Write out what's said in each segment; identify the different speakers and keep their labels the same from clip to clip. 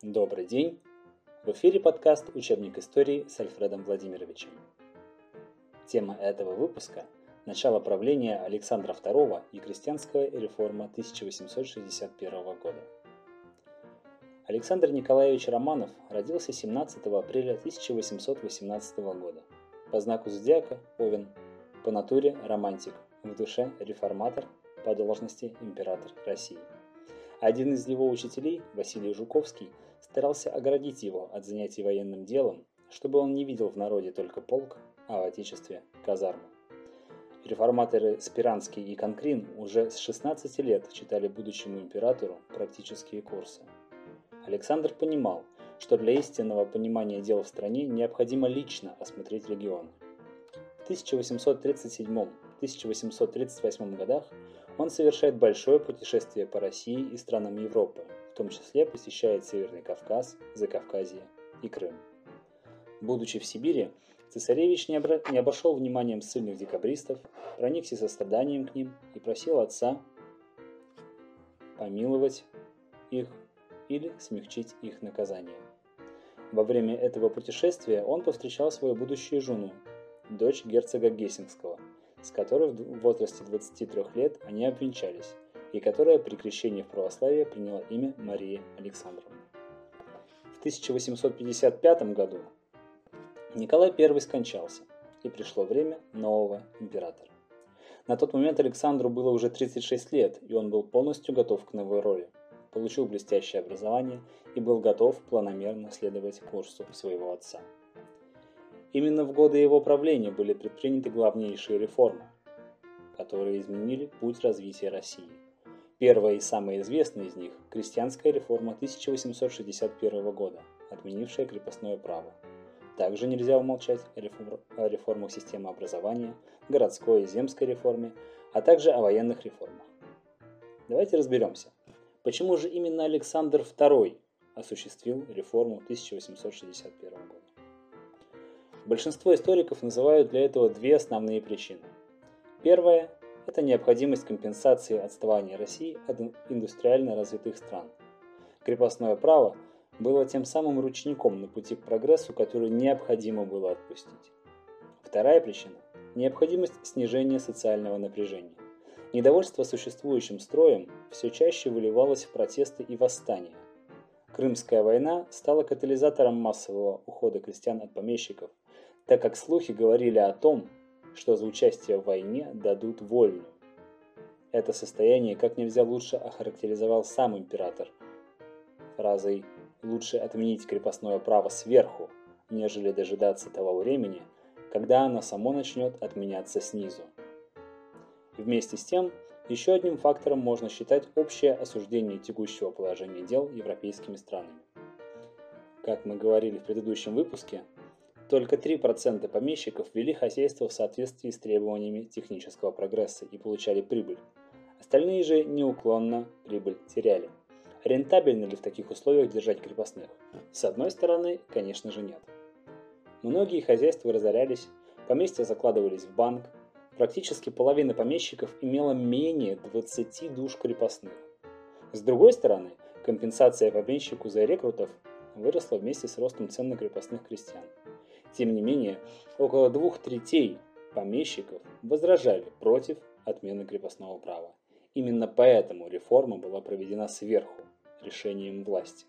Speaker 1: Добрый день! В эфире подкаст «Учебник истории» с Альфредом Владимировичем. Тема этого выпуска – начало правления Александра II и крестьянская реформа 1861 года. Александр Николаевич Романов родился 17 апреля 1818 года. По знаку зодиака – Овен, по натуре – романтик, в душе – реформатор, по должности – император России. Один из его учителей, Василий Жуковский, старался оградить его от занятий военным делом, чтобы он не видел в народе только полк, а в отечестве – казарму. Реформаторы Спиранский и Конкрин уже с 16 лет читали будущему императору практические курсы. Александр понимал, что для истинного понимания дел в стране необходимо лично осмотреть регионы. В 1837-1838 годах он совершает большое путешествие по России и странам Европы, в том числе посещает Северный Кавказ, Закавказье и Крым. Будучи в Сибири, цесаревич не обошел вниманием ссыльных декабристов, проникся состраданием к ним и просил отца помиловать их или смягчить их наказание. Во время этого путешествия он повстречал свою будущую жену, дочь герцога Гессенского, с которой в возрасте 23 лет они обвенчались, и которая при крещении в православие приняла имя Мария Александровна. В 1855 году Николай I скончался, и пришло время нового императора. На тот момент Александру было уже 36 лет, и он был полностью готов к новой роли, получил блестящее образование и был готов планомерно следовать курсу своего отца. Именно в годы его правления были предприняты главнейшие реформы, которые изменили путь развития России. Первая и самая известная из них – крестьянская реформа 1861 года, отменившая крепостное право. Также нельзя умолчать о реформах системы образования, городской и земской реформе, а также о военных реформах. Давайте разберемся, почему же именно Александр II осуществил реформу 1861 года. Большинство историков называют для этого две основные причины. Первая – это необходимость компенсации отставания России от индустриально развитых стран. Крепостное право было тем самым ручником на пути к прогрессу, который необходимо было отпустить. Вторая причина – необходимость снижения социального напряжения. Недовольство существующим строем все чаще выливалось в протесты и восстания. Крымская война стала катализатором массового ухода крестьян от помещиков, так как слухи говорили о том, что за участие в войне дадут вольную. Это состояние как нельзя лучше охарактеризовал сам император фразой «лучше отменить крепостное право сверху, нежели дожидаться того времени, когда оно само начнет отменяться снизу». Вместе с тем, еще одним фактором можно считать общее осуждение текущего положения дел европейскими странами. Как мы говорили в предыдущем выпуске, только 3% помещиков вели хозяйство в соответствии с требованиями технического прогресса и получали прибыль. Остальные же неуклонно прибыль теряли. Рентабельно ли в таких условиях держать крепостных? С одной стороны, конечно же нет. Многие хозяйства разорялись, поместья закладывались в банк, практически половина помещиков имела менее 20 душ крепостных. С другой стороны, компенсация помещику за рекрутов выросла вместе с ростом цен на крепостных крестьян. Тем не менее, около 2/3 помещиков возражали против отмены крепостного права. Именно поэтому реформа была проведена сверху, решением власти.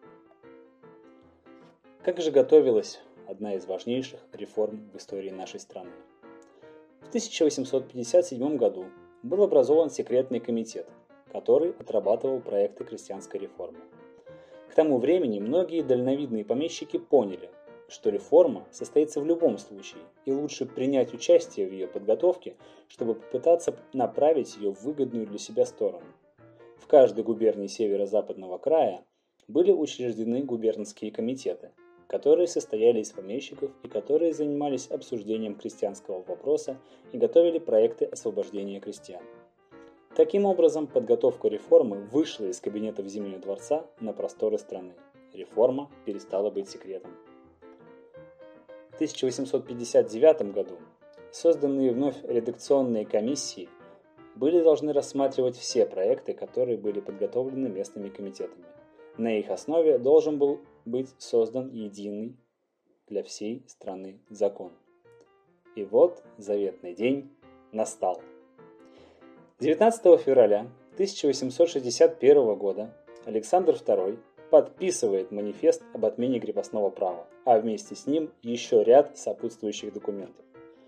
Speaker 1: Как же готовилась одна из важнейших реформ в истории нашей страны? В 1857 году был образован секретный комитет, который отрабатывал проекты крестьянской реформы. К тому времени многие дальновидные помещики поняли, что реформа состоится в любом случае, и лучше принять участие в ее подготовке, чтобы попытаться направить ее в выгодную для себя сторону. В каждой губернии северо-западного края были учреждены губернские комитеты, которые состояли из помещиков и которые занимались обсуждением крестьянского вопроса и готовили проекты освобождения крестьян. Таким образом, подготовка реформы вышла из кабинетов Зимнего дворца на просторы страны. Реформа перестала быть секретом. В 1859 году созданные вновь редакционные комиссии были должны рассматривать все проекты, которые были подготовлены местными комитетами. На их основе должен был быть создан единый для всей страны закон. И вот заветный день настал. 19 февраля 1861 года Александр II подписывает манифест об отмене крепостного права, а вместе с ним еще ряд сопутствующих документов.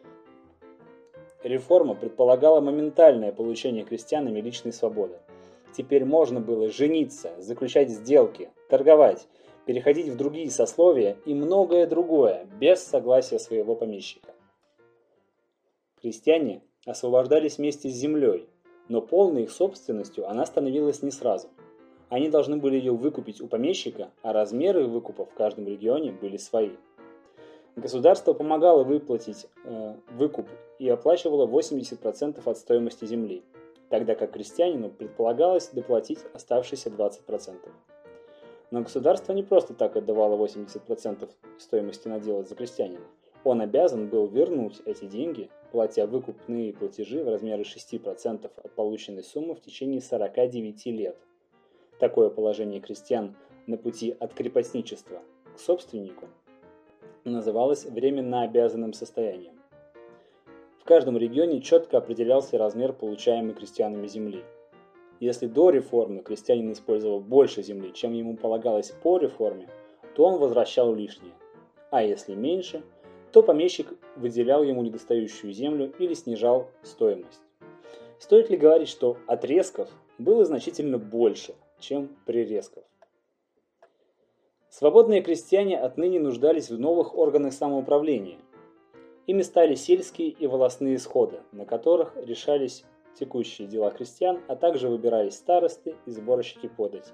Speaker 1: Реформа предполагала моментальное получение крестьянами личной свободы. Теперь можно было жениться, заключать сделки, торговать, переходить в другие сословия и многое другое без согласия своего помещика. Крестьяне освобождались вместе с землей, но полной их собственностью она становилась не сразу. Они должны были ее выкупить у помещика, а размеры выкупа в каждом регионе были свои. Государство помогало выплатить выкуп и оплачивало 80% от стоимости земли, тогда как крестьянину предполагалось доплатить оставшиеся 20%. Но государство не просто так отдавало 80% стоимости надела за крестьянина. Он обязан был вернуть эти деньги, платя выкупные платежи в размере 6% от полученной суммы в течение 49 лет. Такое положение крестьян на пути от крепостничества к собственнику называлось временно обязанным состоянием. В каждом регионе четко определялся размер получаемой крестьянами земли. Если до реформы крестьянин использовал больше земли, чем ему полагалось по реформе, то он возвращал лишнее. А если меньше, то помещик выделял ему недостающую землю или снижал стоимость. Стоит ли говорить, что отрезков было значительно больше, чем прирезков? Свободные крестьяне отныне нуждались в новых органах самоуправления. Ими стали сельские и волостные сходы, на которых решались текущие дела крестьян, а также выбирались старосты и сборщики податей.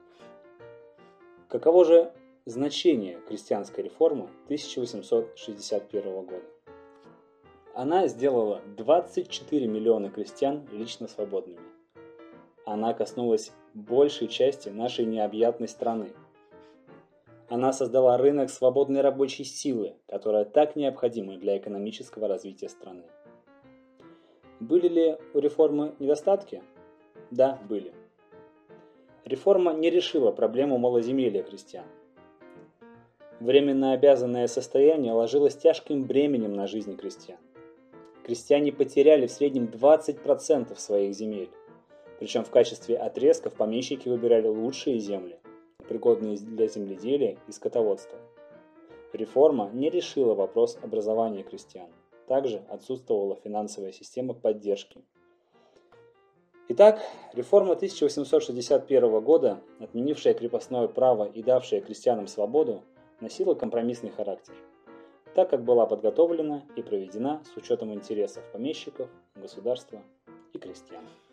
Speaker 1: Каково же значение крестьянской реформы 1861 года? Она сделала 24 миллиона крестьян лично свободными. Она коснулась большей части нашей необъятной страны. Она создала рынок свободной рабочей силы, которая так необходима для экономического развития страны. Были ли у реформы недостатки? Да, были. Реформа не решила проблему малоземелья крестьян. Временно обязанное состояние ложилось тяжким бременем на жизнь крестьян. Крестьяне потеряли в среднем 20% своих земель. Причем в качестве отрезков помещики выбирали лучшие земли, пригодные для земледелия и скотоводства. Реформа не решила вопрос образования крестьян. Также отсутствовала финансовая система поддержки. Итак, реформа 1861 года, отменившая крепостное право и давшая крестьянам свободу, носила компромиссный характер, так как была подготовлена и проведена с учетом интересов помещиков, государства и крестьян.